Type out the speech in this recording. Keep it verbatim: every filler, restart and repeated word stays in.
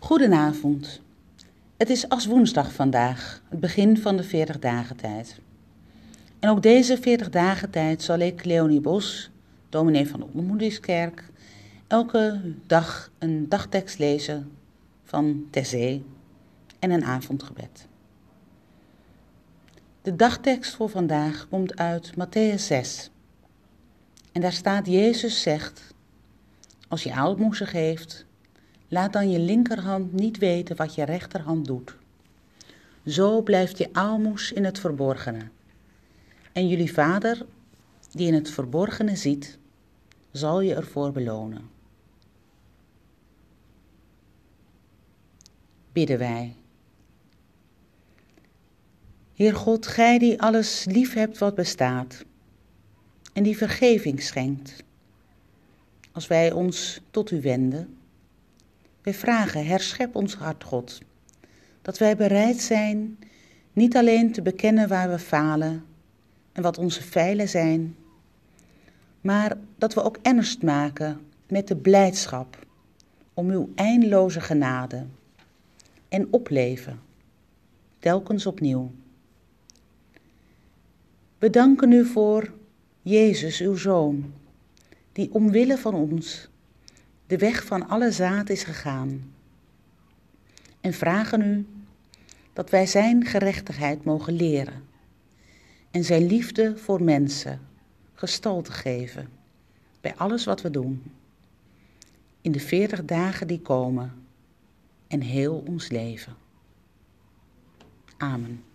Goedenavond. Het is aswoensdag vandaag, het begin van de veertig dagen tijd. En ook deze veertig dagen tijd zal ik, Leonie Bos, dominee van de Ontmoetingskerk, elke dag een dagtekst lezen van Ter Zee en een avondgebed. De dagtekst voor vandaag komt uit Mattheüs zes. En daar staat: Jezus zegt: als je aalmoezen geeft, laat dan je linkerhand niet weten wat je rechterhand doet. Zo blijft je aalmoes in het verborgene. En jullie Vader, die in het verborgene ziet, zal je ervoor belonen. Bidden wij. Heer God, Gij die alles lief hebt wat bestaat en die vergeving schenkt. Als wij ons tot U wenden, wij vragen, herschep ons hart, God, dat wij bereid zijn niet alleen te bekennen waar we falen en wat onze feilen zijn, maar dat we ook ernst maken met de blijdschap om Uw eindeloze genade en opleven, telkens opnieuw. We danken U voor Jezus, Uw Zoon, die omwille van ons de weg van alle zaad is gegaan. En vragen U dat wij Zijn gerechtigheid mogen leren en Zijn liefde voor mensen gestalte geven bij alles wat we doen, in de veertig dagen die komen en heel ons leven. Amen.